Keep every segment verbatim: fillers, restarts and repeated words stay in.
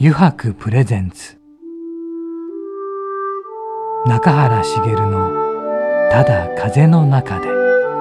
油白プレゼンツ中原茂のただ風の中で。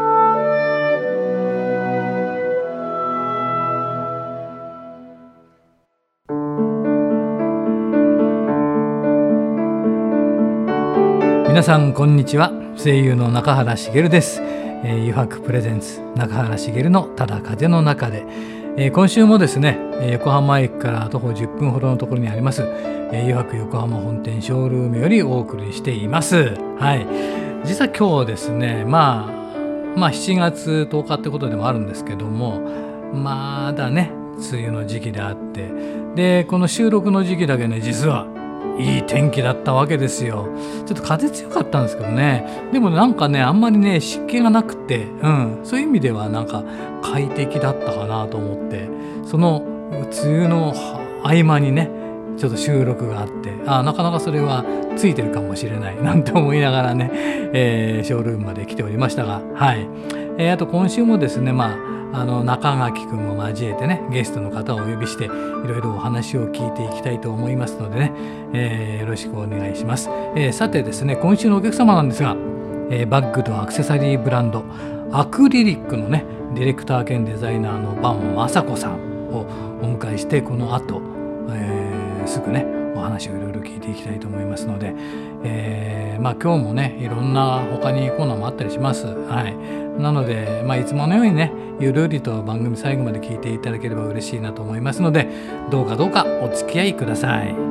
皆さんこんにちは。声優の中原茂です。えー、油白プレゼンツ中原茂のただ風の中で、えー、今週もですね、横浜駅から徒歩じゅっぷんほどのところにあります、えー、油白横浜本店ショールームよりお送りしています。はい、実は今日ですね、まあまあしちがつとおかってことでもあるんですけども、まだね梅雨の時期であって、でこの収録の時期だけね、実はいい天気だったわけですよ。ちょっと風強かったんですけどね、でもなんかねあんまりね湿気がなくて、うん、そういう意味ではなんか快適だったかなと思って、その梅雨の合間にねちょっと収録があって、あなかなかそれはついてるかもしれないなんて思いながらね、えー、ショールームまで来ておりましたが、はい、えー、あと今週もですね、まああの中垣くんも交えてねゲストの方をお呼びしていろいろお話を聞いていきたいと思いますのでね、えー、よろしくお願いします。えー、さてですね、今週のお客様なんですが、えー、バッグとアクセサリーブランドアクリリックのねディレクター兼デザイナーの坂雅子さんをお迎えして、この後、えー、すぐねお話をいろいろ聞いていきたいと思いますので、えー、まあ今日もねいろんな他にコーナーもあったりします。はい、なので、まあ、いつものようにねゆるりと番組最後まで聞いていただければ嬉しいなと思いますので、どうかどうかお付き合いください。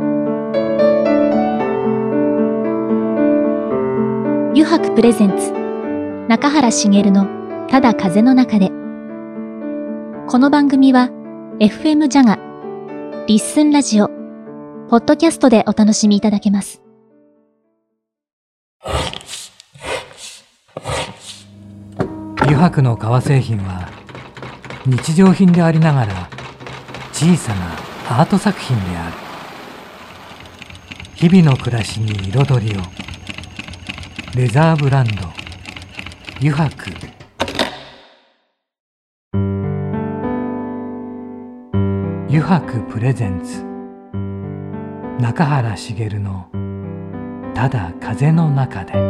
油白プレゼンツ中原茂のただ風の中で。この番組は エフエム ジャガ、リッスンラジオ、ポッドキャストでお楽しみいただけます。 油白の革製品は日常品でありながら小さなアート作品である。日々の暮らしに彩りを。レザーブランド油白。油白プレゼンツ中原茂のただ風の中で。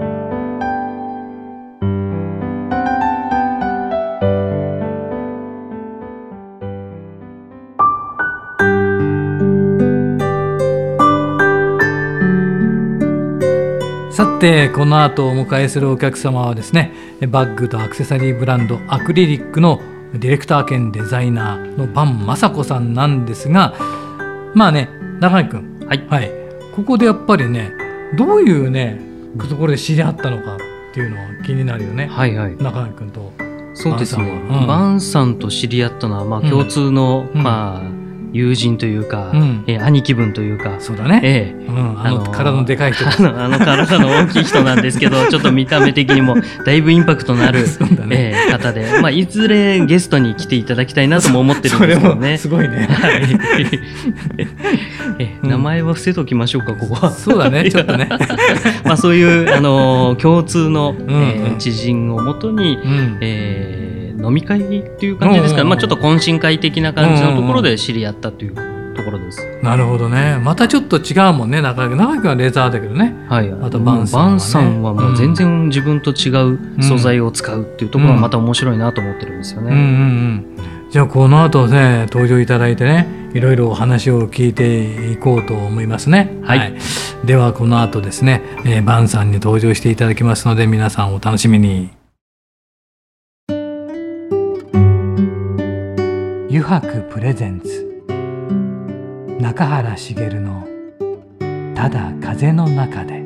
さてこの後お迎えするお客様はですね、バッグとアクセサリーブランドアクリリックのディレクター兼デザイナーの坂雅子さんなんですが、まあね中井くん、はいはい、ここでやっぱりねどういうねところで知り合ったのかっていうのは気になるよね。はいはい、中井くんとそうですね、バンさんと知り合ったのは、まあ、共通の、うん、まあ友人というか、うんえー、兄貴分というか、そうだね、えーうん、 あの体のでかい人あの、あの体の大きい人なんですけどちょっと見た目的にもだいぶインパクトのある、ねえー、方で、まあ、いずれゲストに来ていただきたいなとも思ってるんですけどね。 すごいね、 はいえー、名前は伏せておきましょうか、ここは。 そうだね、ちょっとねまあそういう、あのー、共通の、うんうんえー、知人をもとに、うんえー飲み会っていう感じですか、うんうんまあ、ちょっと懇親会的な感じのところで知り合ったというところです。 うんうん、なるほどね。またちょっと違うもんね。中井君はレザーだけどね。はい。あとバンさんはね。バンさんはもう全然自分と違う素材を使うっていうところがまた面白いなと思ってるんですよね。うんうんうん、 じゃあこの後ね登場いただいてねいろいろお話を聞いていこうと思いますね。はい。はい、ではこの後ですね、えー、バンさんに登場していただきますので皆さんお楽しみに。油白プレゼンツ中原茂のただ風の中で。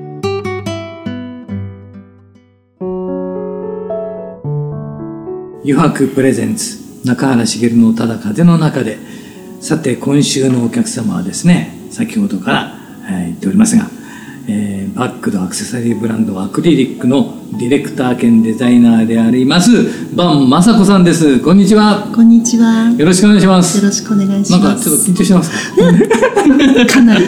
油白プレゼンツ中原茂のただ風の中で。さて今週のお客様はですね、先ほどから、えー、言っておりますが、えー、バッグとアクセサリーブランドアクリリックのディレクター兼デザイナーであります坂雅子さんです。こんにちは。 こんにちは。 よろしくお願いします。 よろしくお願いします。 なんかちょっと緊張してますか？ かなり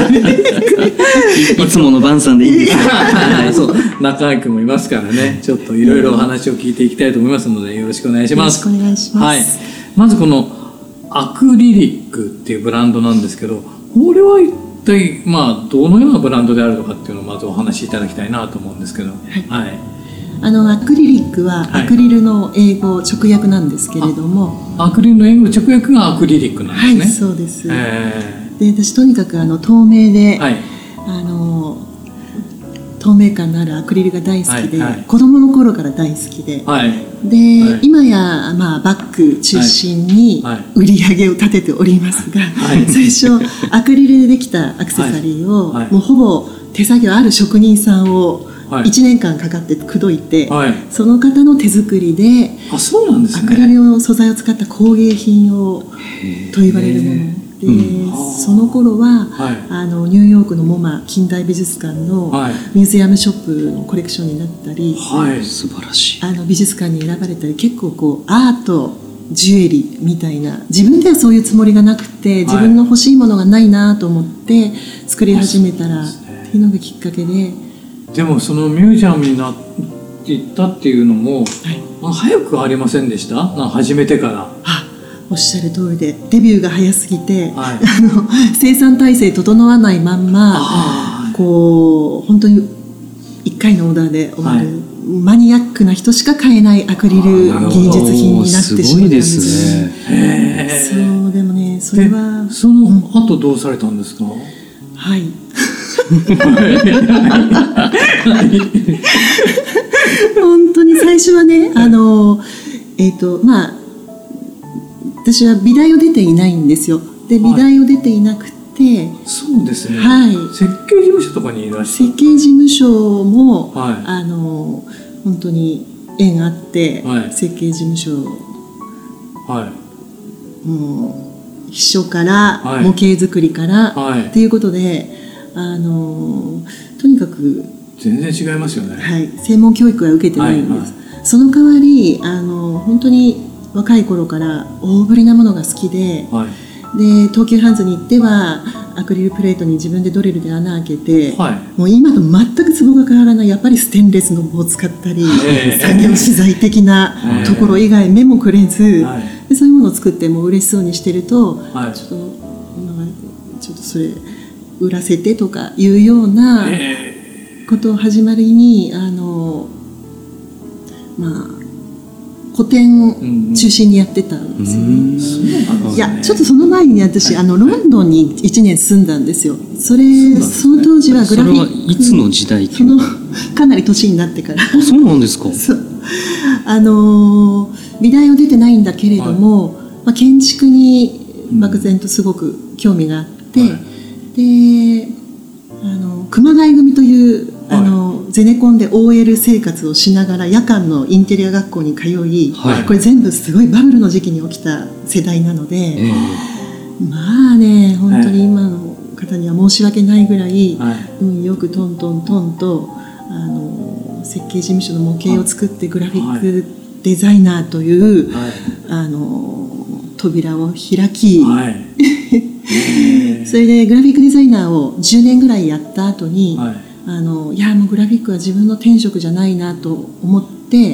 いつもの坂さんでいいですか？ はい、そう中井くんもいますからね、ちょっといろいろお話を聞いていきたいと思いますのでよろしくお願いします。 よろしくお願いします。 はい、まずこのアクリリックっていうブランドなんですけど、これは一体、まあ、どのようなブランドであるのかっていうのをまずお話しいただきたいなと思うんですけど、はい、はい、 あのアクリリックはアクリルの英語直訳なんですけれども、 はい、アクリルの英語直訳がアクリリックなんですね。 はい、そうです。 えー、 で私とにかくあの透明で、 はい、 あの透明感のあるアクリルが大好きで、 はいはい、 子供の頃から大好きで、 はい、 で、 はい、 今や、まあ、バッグ中心に売り上げを立てておりますが、はい、最初アクリルでできたアクセサリーを、はい、もうほぼ手作業ある職人さんをいちねんかんかかって口説いて、はい、その方の手作りで、 あ、そうなんですね、 アクリルの素材を使った工芸品をと言われるもので、うん、その頃は、はい、あのニューヨークのモマ近代美術館のミュージアムショップのコレクションになったり、 はい、素晴らしい、 あの美術館に選ばれたり、結構こうアートジュエリーみたいな、自分ではそういうつもりがなくて、自分の欲しいものがないなと思って作り始めたら、はい、っていうのがきっかけで。 でもそのミュージアムになっていったっていうのも、はい、早くありませんでした？始めてから。 あ、おっしゃる通りで、デビューが早すぎて、 はい、 あの生産体制整わないまんま、こう本当にいっかいのオーダーで終わる、はい、マニアックな人しか買えないアクリル芸術品になってしまったんです。 すごいですね。 へー。そう、でもね、それはその後どうされたんですか？うん、 はい本当に最初はね、あのえっとまあ私は美大を出ていないんですよ。で、美大を出ていなくて、 はい、そうですね、 はい、 設計事務所とかにいらっしゃる。 設計事務所も、はい、あの本当に縁あって、はい、設計事務所、はい、もう秘書から、はい、模型作りから、はい、っていうことで、あのとにかく全然違いますよね、 はい、専門教育は受けてないんです、はいはい、その代わりあの本当に若い頃から大ぶりなものが好きで、はい、で東急ハンズに行ってはアクリルプレートに自分でドリルで穴開けて、はい、もう今と全くツボが変わらない、やっぱりステンレスの棒を使ったり、えー、作業資材的なところ以外目もくれず、えー、でそういうものを作ってもう嬉しそうにしてると、はい、ちょっと今ちょっとそれ売らせてとかいうようなことを始まりに、あのまあ古典中心にやってたんですよね、うん、いやちょっとその前に私、はい、あのロンドンにいちねん住んだんですよ。それ そ,、ね、その当時はグラフィック、 それはいつの時代？ そのかなり年になってから。 あ、そうなんですか。 そうあの美大を出てないんだけれども、はい、まあ、建築に漠然とすごく興味があって、はい、であの熊谷組というあの、はい、ゼネコンで オーエル 生活をしながら夜間のインテリア学校に通い、はい、これ全部すごいバブルの時期に起きた世代なので、えー、まあね本当に今の方には申し訳ないぐらい、はい、うん、よくトントントンとあの設計事務所の模型を作ってグラフィックデザイナーという、はい、あの扉を開き、はい、それでグラフィックデザイナーをじゅうねんぐらいやった後に、はい、あのいやもうグラフィックは自分の天職じゃないなと思って、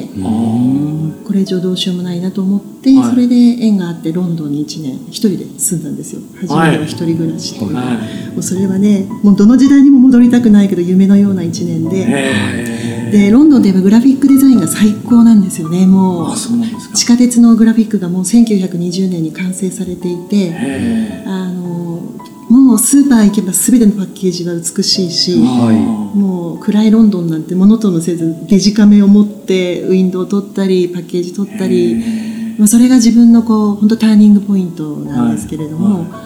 これ以上どうしようもないなと思って、はい、それで縁があってロンドンにいちねん一人で住んだんですよ。初めては一人暮らしで、はい、もうそれはねもうどの時代にも戻りたくないけど夢のようないちねんで、でロンドンではグラフィックデザインが最高なんですよね。もうあ、そうなんですか。 地下鉄のグラフィックがもうせんきゅうひゃくにじゅうねんに完成されていて、あのもうスーパー行けば全てのパッケージは美しいし、はい、もう暗いロンドンなんてものともせずデジカメを持ってウィンドウを撮ったりパッケージ撮ったり、まあ、それが自分のこう本当ターニングポイントなんですけれども、はいはい、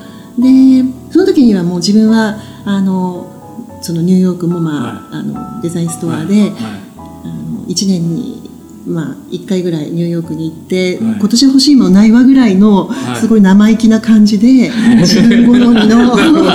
でその時にはもう自分はあのそのニューヨークも、まあ、はい、あのデザインストアで、はいはい、あのいちねんにまあ、いっかいぐらいニューヨークに行って、はい、今年欲しいものないわぐらいのすごい生意気な感じで、はい、自分好みの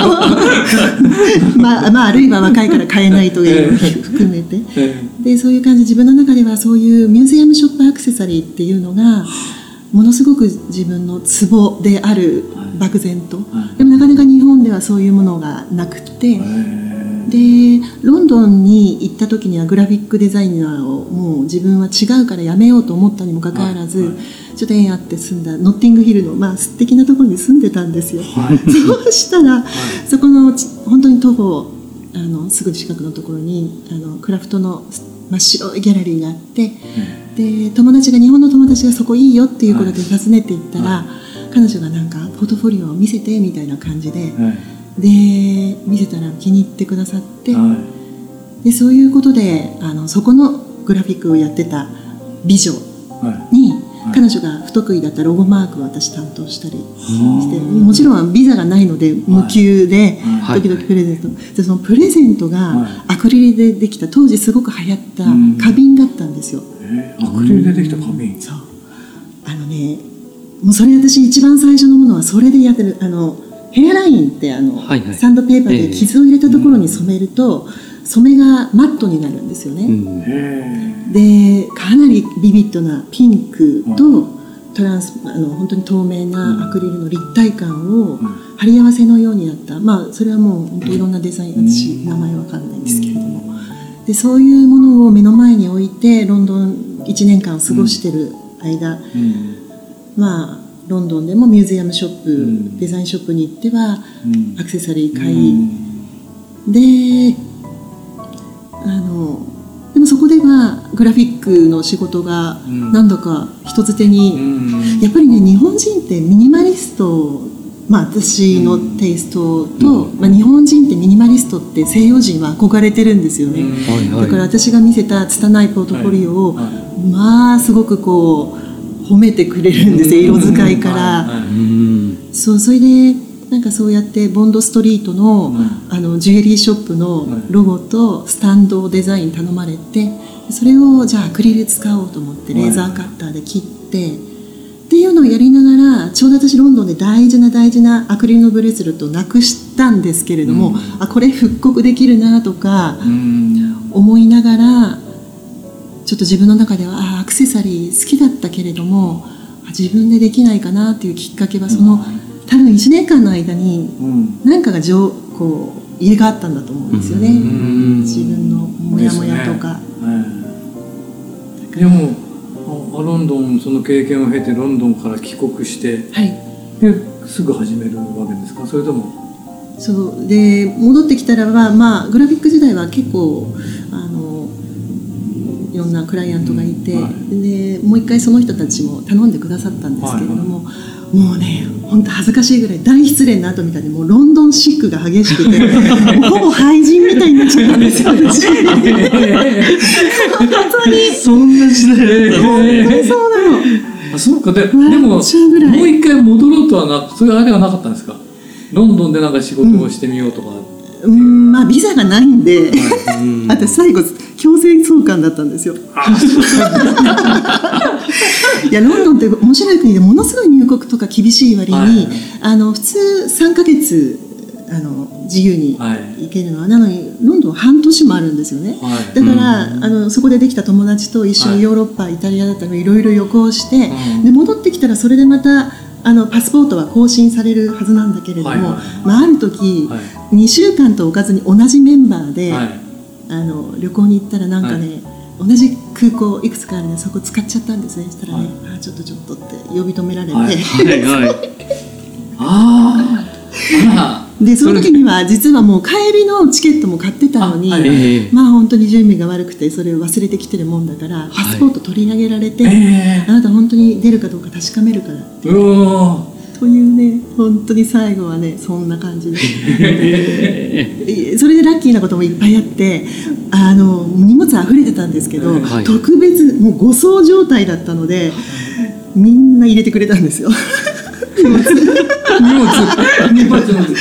まあ、まああるいは若いから買えないというのを含めてでそういう感じ、自分の中ではそういうミュージアムショップアクセサリーっていうのがものすごく自分のツボである、漠然と、はい、でもなかなか日本ではそういうものがなくて、 でロンドンに行った時にはグラフィックデザイナーをもう自分は違うからやめようと思ったにもかかわらず、はいはい、ちょっと縁あって住んだノッティングヒルの、まあ、素敵なところに住んでたんですよ、はい、そうしたら、はい、そこの本当に徒歩あのすぐ近くのところにあのクラフトの真っ白いギャラリーがあって、うん、で友達が日本の友達がそこいいよっていうことで訪ねていったら、はい、彼女がなんかポートフォリオを見せてみたいな感じで、はいで見せたら気に入ってくださって、はい、でそういうことであのそこのグラフィックをやってた美女に、はい、彼女が不得意だったロゴマークを私担当したりして、はい、もちろんビザがないので無給で時々プレゼント、はい、でそのプレゼントがアクリルでできた当時すごく流行った花瓶だったんですよ、 えー、アクリルでできた花瓶。 そうあのねもうそれ私一番最初のものはそれでやってるあのヘアラインってあの、はいはい、サンドペーパーで傷を入れたところに染めると、えー、染めがマットになるんですよね、うん、でかなりビビッドなピンクと、うん、トランスあの本当に透明なアクリルの立体感を貼り合わせのようになった、まあ、それはもう本当いろんなデザイン、私名前わかんないんですけれども、でそういうものを目の前に置いてロンドンいちねんかんを過ごしてる間、うん、まあロンドンでもミュージアムショップ、うん、デザインショップに行っては、うん、アクセサリー買い、うん、であのでもそこではグラフィックの仕事が何度か人づてに、うん、やっぱりね日本人ってミニマリスト、まあ、私のテイストと、うんまあ、日本人ってミニマリストって西洋人は憧れてるんですよね、うん、だから私が見せた拙いポートフォリオを、はいはい、まあすごくこう褒めてくれるんですよ、色使いから、うん、そうそれでなんかそうやってボンドストリート の,、うん、あのジュエリーショップのロゴとスタンドデザイン頼まれて、それをじゃあアクリル使おうと思ってレーザーカッターで切って、はい、っていうのをやりながらちょうど私ロンドンで大事な大事なアクリルのブレスレットをなくしたんですけれども、うん、あこれ復刻できるなとか思いながらちょっと自分の中ではあアクセサリー好きだったけれども自分でできないかなっていうきっかけはその、うん、多分いちねんかんの間に何かがこう入れ替わったんだと思うんですよね、うん、自分のモヤモヤとか、 ね、でもロンドンその経験を経てロンドンから帰国して、はい、ですぐ始めるわけですか？それともそうで戻ってきたらは、まあ、グラフィック時代は結構あのいろんなクライアントがいて、うんはい、でもう一回その人たちも頼んでくださったんですけれども、はい、もうね本当恥ずかしいぐらい大失恋の後みたいにもうロンドンシックが激しくてほぼ廃人みたいになっちゃったんですよ本当にそんな時代だった本当にそうなのあそうか で, でももう一回戻ろうとはなそういうあれはなかったんですか？ロンドンでなんか仕事をしてみようとか、 うん、まあビザがないんで、はい、うん私最後強制送還だったんですよいやロンドンって面白い国でものすごい入国とか厳しい割に、はい、あの普通さんかげつあの自由に行けるのは、はい、なのにロンドン半年もあるんですよね、はい、だから、うん、あのそこでできた友達と一緒にヨーロッパ、はい、イタリアだったのいろいろ旅行して、うん、で戻ってきたらそれでまたあのパスポートは更新されるはずなんだけれども、はいはいまあ、ある時、はい、にしゅうかんと置かずに同じメンバーで、はい、あの旅行に行ったらなんかね、はい、同じ空港いくつかあるんでそこ使っちゃったんですね。そしたらね、はい、あちょっとちょっとって呼び止められて、はいはいはい、ああでその時には実はもう帰りのチケットも買ってたのに、はい、まあ本当に準備が悪くてそれを忘れてきてるもんだからパスポート取り上げられて、はい、あなた本当に出るかどうか確かめるからってというね本当に最後はねそんな感じでそれでラッキーなこともいっぱいあってあの荷物溢れてたんですけど、はい、特別もう護送状態だったのでみんな入れてくれたんですよ荷物荷物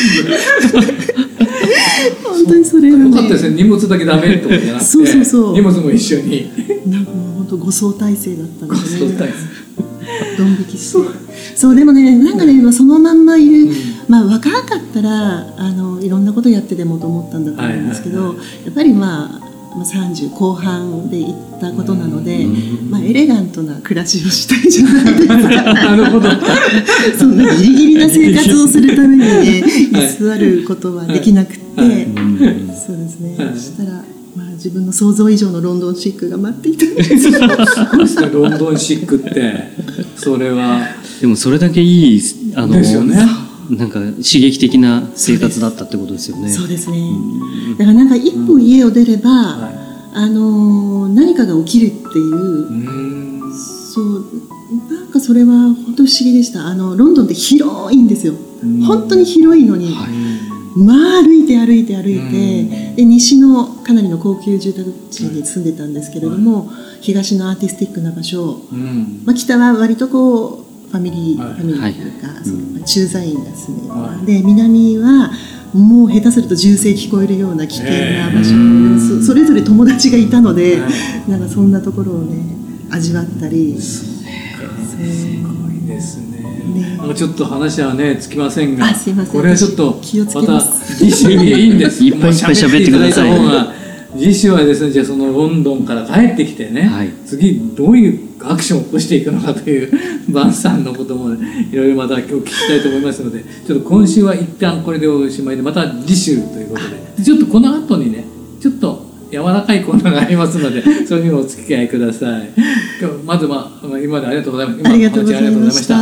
本当にそれがねよかったですね。荷物だけダメってことじゃなくてそうそうそう荷物も一緒になんかもう本当護送体制だったので、ね、護送体制ドン引きしてそうでもねなんかねそのまんまいる、うんまあ、若かったらあのいろんなことやってでもと思ったんだと思うんですけど、はいはいはい、やっぱりまあさんじゅうこう半で行ったことなので、まあ、エレガントな暮らしをしたいじゃないですかなるほどそんなギリギリな生活をするためにね居座ることはできなくて、はいはい、 そうですね、そしたら、まあ、自分の想像以上のロンドンシックが待っていたんですすごいですね、ロンドンシックってそれはでもそれだけいいあのですよね、 なんか刺激的な生活だったってことですよね。 そうですね、うん、だからなんか一歩家を出れば、うん、はい、あの何かが起きるっていう、うん、そうなんかそれは本当不思議でした。あのロンドンって広いんですよ、うん、本当に広いのに、はい、まあ歩いて歩いて歩いて、うん、で西のかなりの高級住宅地に住んでたんですけれども、うん、東のアーティスティックな場所、うん、まあ、北は割とこうファミリー、はい、ファミリーというか、はい、その駐在員が住むような、はい、で南はもう下手すると銃声聞こえるような危険な場所、えー、そ, それぞれ友達がいたので、えー、なんかそんなところをね味わったり、すごいですね。ね、あのちょっと話はねつきませんが、すいません、これはちょっとまた次週いいんですいっぱいいっぱい喋ってください。 もう喋っていただいた方が次週はですね、じゃあそのロンドンから帰ってきてね、はい、次どういうアクションを起こしていくのかというバンさんのことも、ね、いろいろまた今日聞きたいと思いますので、ちょっと今週は一旦これでおしまいで、また次週ということで、ちょっとこの後にねちょっと柔らかいコーナーがありますのでそれにもお付き合いください。今日まず、まあ、今までありがとうございました。 ありがとうございました。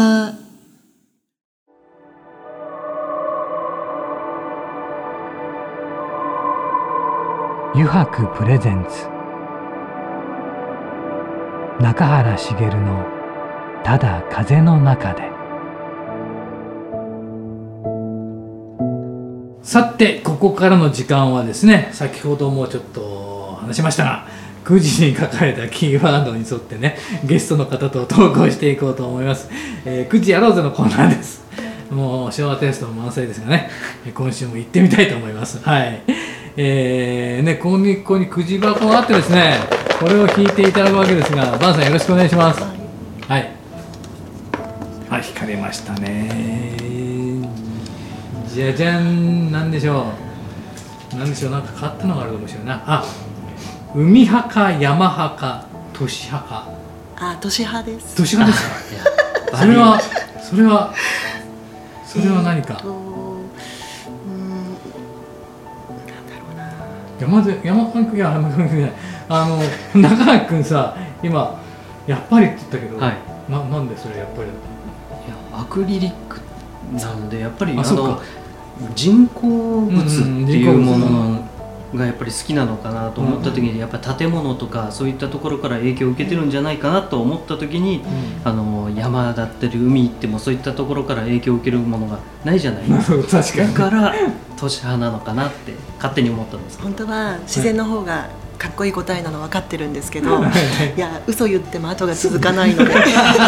油白プレゼンツ中原茂のただ風の中で。さてここからの時間はですね、先ほどもちょっと話しましたがくじに書かれたキーワードに沿ってねゲストの方と投稿していこうと思います。えー、くじやろうぜのコーナーです。もう昭和テストも満載ですがね、今週も行ってみたいと思います。はい、えーね、ここにここにくじ箱があってですね、これを引いていただくわけですが、バンさんよろしくお願いします。はい、はい、引かれましたね。じゃじゃん、なんでしょうなんでしょうなんか変わったのがあるかもしれないな。あ、海派か山派か都市派か。 あ、都市派です。 都市派ですか。それはそれはそれは何か、えー、山で山関係は山関係ないあの中垣君さ、今やっぱりって言ったけど、はい、な, なんでそれやっぱり。いやアクリリックなんでやっぱりあの人工物っていうものがやっぱり好きなのかなと思った時に、やっぱり建物とかそういったところから影響を受けてるんじゃないかなと思った時に、うん、あの山だったり海行ってもそういったところから影響を受けるものがないじゃないですか。確かに。だから都市派なのかなって勝手に思ったんですけど、 本当は自然の方がかっこいい答えなの分かってるんですけど、いや嘘言っても後が続かないので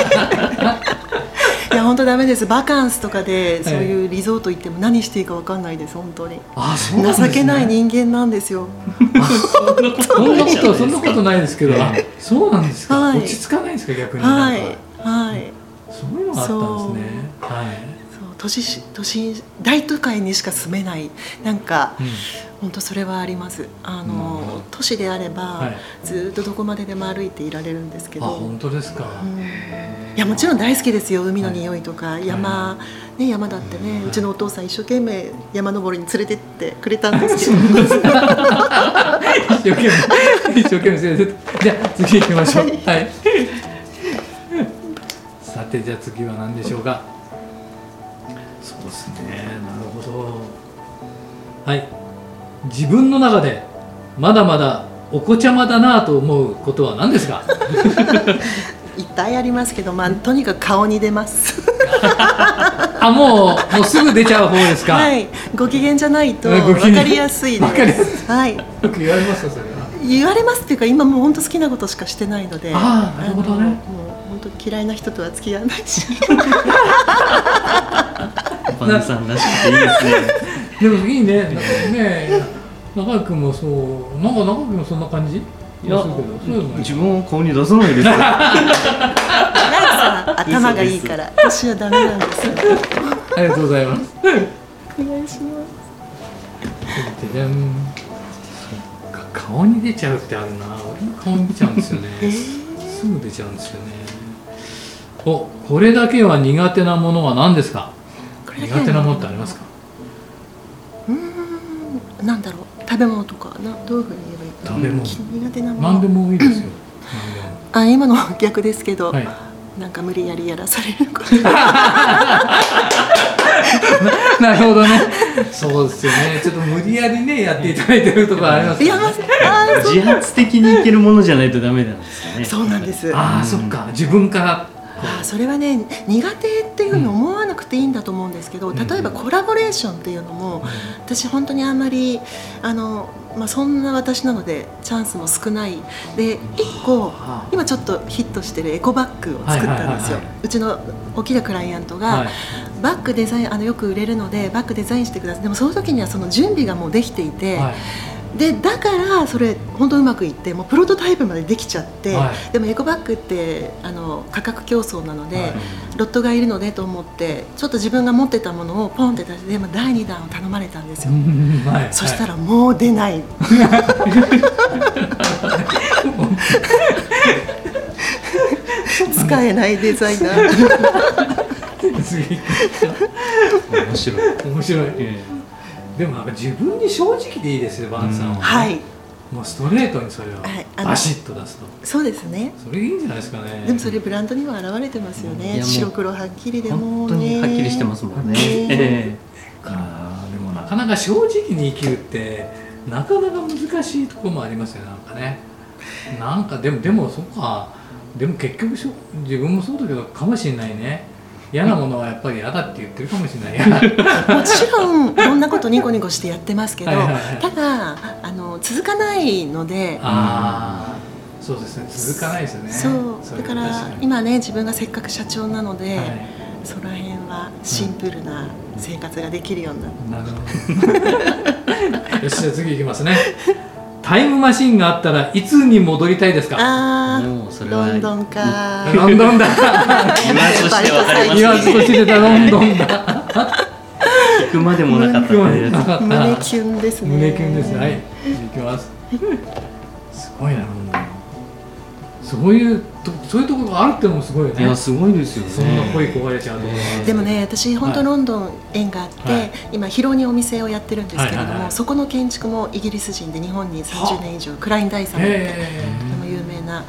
いや本当ダメです。バカンスとかでそういうリゾート行っても何していいか分かんないです。本当に。 あ、そうなんですね。 情けない人間なんですよ。 そんなことそんなことないですけど、あ、そうなんですか。はい、落ち着かないですか逆に。 はいはい。 そういうのがあったんですね。はい。 そう都市都市大都会にしか住めないなんか、うん、本当それはあります。あの、うん、都市であれば、はい、ずっとどこまででも歩いていられるんですけど。 あ、本当ですか。 うん、いやもちろん大好きですよ。海の匂いとか、はい、山、ね、山だってね、はい、うちのお父さん一生懸命山登りに連れてってくれたんですけど一生懸命一生懸命連れてって。じゃあ次行きましょう。はい、はい、さてじゃあ次は何でしょうか。そうですね、なるほど。はい、自分の中でまだまだお子ちゃまだなと思うことは何ですか。 いっぱいありますけど、まあ、とにかく顔に出ますあ、もう、もうすぐ出ちゃう方ですか。 はい、ご機嫌じゃないと分かりやすいです。はい、よく言われますかそれは。 言われますっていうか、今もう本当好きなことしかしてないので。 ああ、なるほどね。もう本当嫌いな人とは付き合わないしパンさんらしくていいですね。 でもいいね。なんかね、中居君もそう、なんか中居君もそんな感じ。いや、 自分を顔に出さないです。 頭がいいから私はダメなんですよ。 ありがとうございます。 お願いします。 じゃん。そっか、顔に出ちゃうってあるな。俺の顔に出ちゃうんですよね。えー、すぐ出ちゃうんですよね。お、これだけは苦手なものは何ですか。苦手なものってありますか。 うーん、なんだろう。 食べ物とかなどういうふうに言えばいいかな。 食べ物苦手なもの何でもいいですよ。 あ今の逆ですけど、 はい、 なんか無理やりやらされることなるほどね。そうですよね。ちょっと無理やりねやっていただいてるところありますよね。 自発的にいけるものじゃないとダメなんですよね。 そうなんです。 ああ、そっか。自分からあそれはね苦手っていうふうに思わなくていいんだと思うんですけど、うん、例えばコラボレーションっていうのも、うん、私本当にあんまりあの、まあ、そんな私なのでチャンスも少ないで、いっこ今ちょっとヒットしてるエコバッグを作ったんですよ。うちの大きなクライアントが、はい、バッグデザインあのよく売れるのでバッグデザインしてください。でもその時にはその準備がもうできていて、はいでだからそれ本当うまくいってもうプロトタイプまでできちゃって、はい、でもエコバッグってあの価格競争なので、はい、ロットがいるのでと思ってちょっと自分が持ってたものをポンって出してでもだいにだんを頼まれたんですよ、はい、そしたらもう出ない、はい、使えないデザイナー面白い面白い、えーでもなんか自分に正直でいいですよ、バンさんは、ね、 はい、 もうストレートにそれをバシッと出すと、はい、 そうですね。 それいいんじゃないですかね。 でもそれブランドには現れてますよね。白黒はっきりでもね本当にはっきりしてますもんね。 えー、あでもなかなか正直に生きるってなかなか難しいところもありますよね。なんかねなんかでもでもそっかでも結局自分もそうだけどかもしれないね。嫌なものはやっぱり嫌だって言ってるかもしれないもちろんいろんなことニコニコしてやってますけどはいはい、はい、ただあの続かないのであそうですね続かないですよね。 そうだから今ね自分がせっかく社長なので、はい、その辺はシンプルな生活ができるようになる、 うん、なるほどよしじゃあ次いきますね。タイムマシンがあったらいつに戻りたいですか。 あもうそれはロンドンかロンドンだ言わずとして分かりますね。 言わずとしてたロンドンだ行くまでもなかった胸キュンですね。 胸キュンですね。はい行きますすごいなロンドンそういうとそういうところがあるってのもすごいよね。 いやすごいですよね。 そんな恋焦がれちゃうところ、 えー、でもね私本当ロンドン縁があって、はい、今広尾にお店をやってるんですけれども、はいはいはい、そこの建築もイギリス人で日本にさんじゅうねん以上クライン大佐ってとても有名な、はい、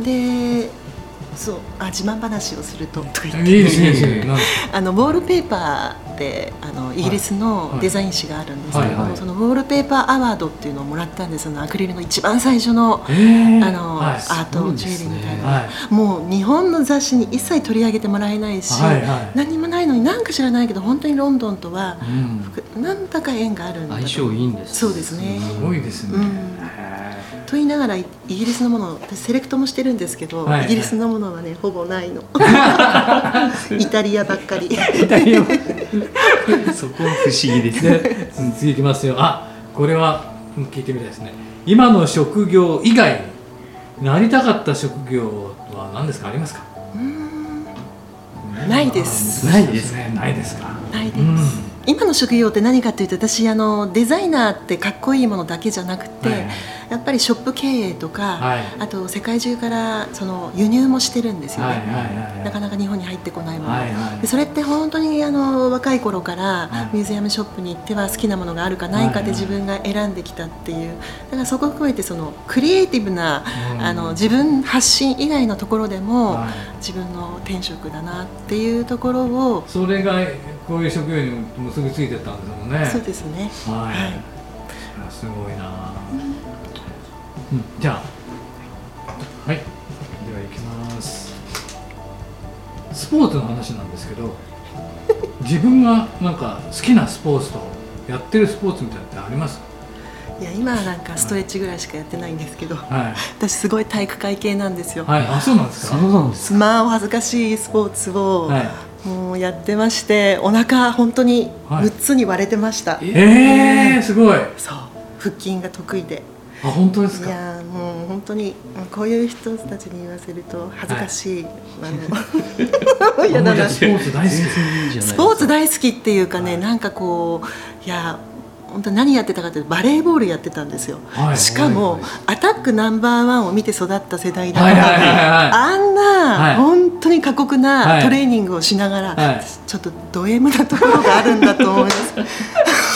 でそうあ自慢話をするととか言っていいですねいいですねあのウォールペーパーであのイギリスのデザイン誌があるんですけども、はいはいはい、そのウォールペーパーアワードっていうのをもらったんです。そのアクリルの一番最初の、えーあのはい、アートジュエリーみたいな、はい、もう日本の雑誌に一切取り上げてもらえないし、はいはい、何もないのになんか知らないけど本当にロンドンとは、うん、なんだか縁があるんだと。 相性いいんです。 そうですねすごいですね、 うんと言いながらイギリスのもの私セレクトもしてるんですけど、はいはい、イギリスのものはねほぼないのイタリアばっかりイタリアそこは不思議ですね。 次いきますよ。あこれは聞いてみたいですね。今の職業以外になりたかった職業は何ですか。ありますか。 うーんないです。 ないですね。ないですか。 ないです、うん、今の職業って何かというと私あのデザイナーってかっこいいものだけじゃなくて、はい、やっぱりショップ経営とか、はい、あと世界中からその輸入もしてるんですよね、はいはいはいはい、なかなか日本に入ってこないもの、はいはい、でそれって本当にあの若い頃からミュージアムショップに行っては好きなものがあるかないかで自分が選んできたっていうだからそこを含めてそのクリエイティブな、うん、あの自分発信以外のところでも、はい、自分の転職だなっていうところをそれがこういう職業に結びついてたんですもんね。 そうですね。 はい。はい、すごいな、うんうん。じゃあ、はい。では行きます。スポーツの話なんですけど、自分がなんか好きなスポーツとやってるスポーツみたいなのってあります？ いや今はなんかストレッチぐらいしかやってないんですけど、はい、私すごい体育会系なんですよ。 はい。あ、そうなんですか。そうなんですか。 まあお恥ずかしいスポーツを。はいもうやってましてお腹本当にむっつに割れてました、はい、 えー、すごいそう腹筋が得意であ本当ですか。 いやもう本当にこういう人たちに言わせると恥ずかしい、はい、あのいやだなスポーツ大好きスポーツ大好きっていうかね、はい、なんかこういや本当何やってたかというとバレーボールやってたんですよ、はい、しかも、はいはい、アタックナンバーワンを見て育った世代だから、はいはいはいはい、あんな、はい、本当に過酷なトレーニングをしながら、はい、ちょっとド M なところがあるんだと思います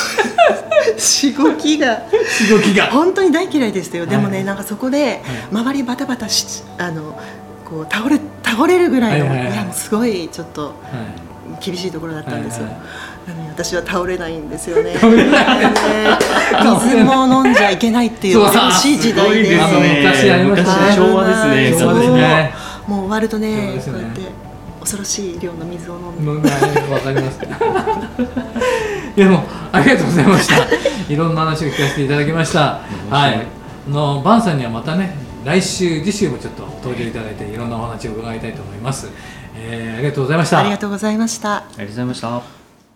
しごきがしごきが本当に大嫌いでしたよ。でもね、 はい、 なんかそこで周りバタバタしあのこう倒れ倒れるぐらいの、はいはいはい、いやもうすごいちょっと厳しいところだったんですよ。はいはいはい、なのに私は倒れないんですよね。水も飲んじゃいけないっていう恐ろしい時代で、 すごいですね、昔ありましたね。昭和ですね。 昭和ですね。 もう終わるとね、こうやって恐ろしい量の水を飲む。 わかります。いやもうありがとうございました。いろんな話を聞かせていただきました。はい。のバンさんにはまたね、来週次週もちょっと登場いただいていろんなお話を伺いたいと思います。えー、ありがとうございました。 ありがとうございました。 ありがとうございました。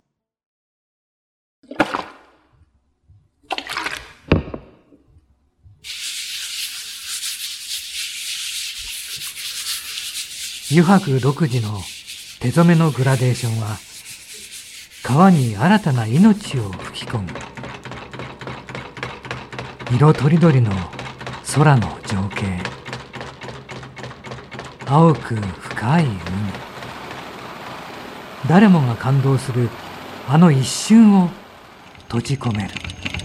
油白独自の手染めのグラデーションは川に新たな命を吹き込む。色とりどりの空の情景、青く深い海、誰もが感動するあの一瞬を閉じ込める。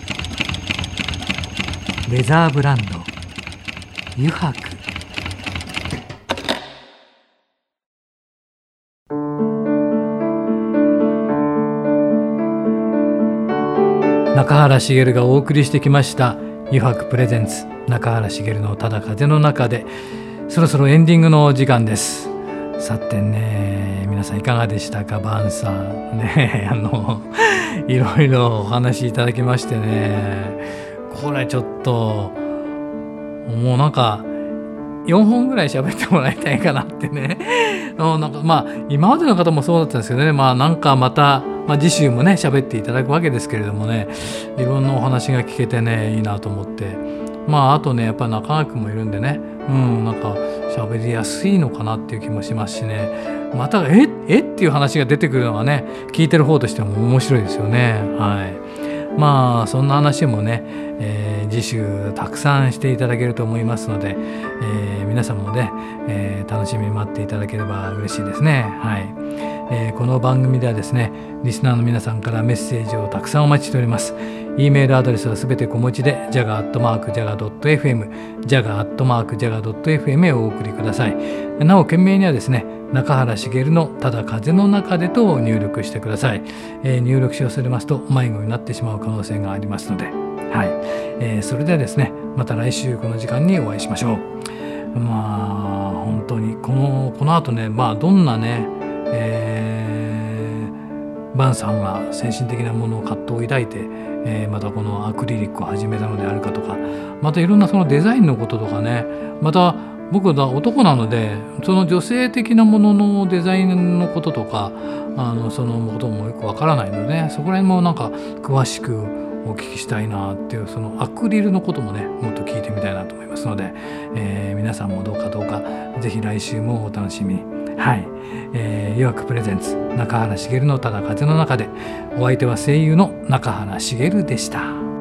レザーブランド油白。中原茂がお送りしてきました油白プレゼンツ中原茂のただ風の中で、そろそろエンディングの時間です。さてね、皆さんいかがでしたか。バンさんね、あのいろいろお話いただきましてね、これちょっともうなんかよんほんぐらい喋ってもらいたいかなってねなんかまあ今までの方もそうだったんですけどね、まあなんかまたまあ、次週もね喋っていただくわけですけれどもね、いろんなお話が聞けてねいいなと思って、まああとねやっぱ中川君もいるんでね、うんなんか喋りやすいのかなっていう気もしますしね、またええっていう話が出てくるのがね聞いてる方としても面白いですよね。はい、まあそんな話もね、えー、次週たくさんしていただけると思いますので、えー、皆さんもね、えー、楽しみに待っていただければ嬉しいですね。はい、えー、この番組ではですねリスナーの皆さんからメッセージをたくさんお待ちしております。 E メールアドレスはすべて小文字で ジャガ アットマーク ジャガ ドット エフエム ジャガ アットマーク ジャガ ドット エフエム へお送りください。なお件名にはですね中原茂のただ風の中でと入力してください。えー、入力し忘れますと迷子になってしまう可能性がありますので、はい、えー、それではですねまた来週この時間にお会いしましょう。まあ本当にこのこの後ね、まあどんなね、えー、バンさんが精神的なものを葛藤を抱いて、えー、またこのアクリリックを始めたのであるかとか、またいろんなそのデザインのこととかね、また僕は男なのでその女性的なもののデザインのこととかあのそのこともよくわからないので、ね、そこら辺もなんか詳しくお聞きしたいなっていう、そのアクリルのこともねもっと聞いてみたいなと思いますので、えー、皆さんもどうかどうかぜひ来週もお楽しみに。はい、えー、油白プレゼンツ中原茂のただ風の中で、お相手は声優の中原茂でした。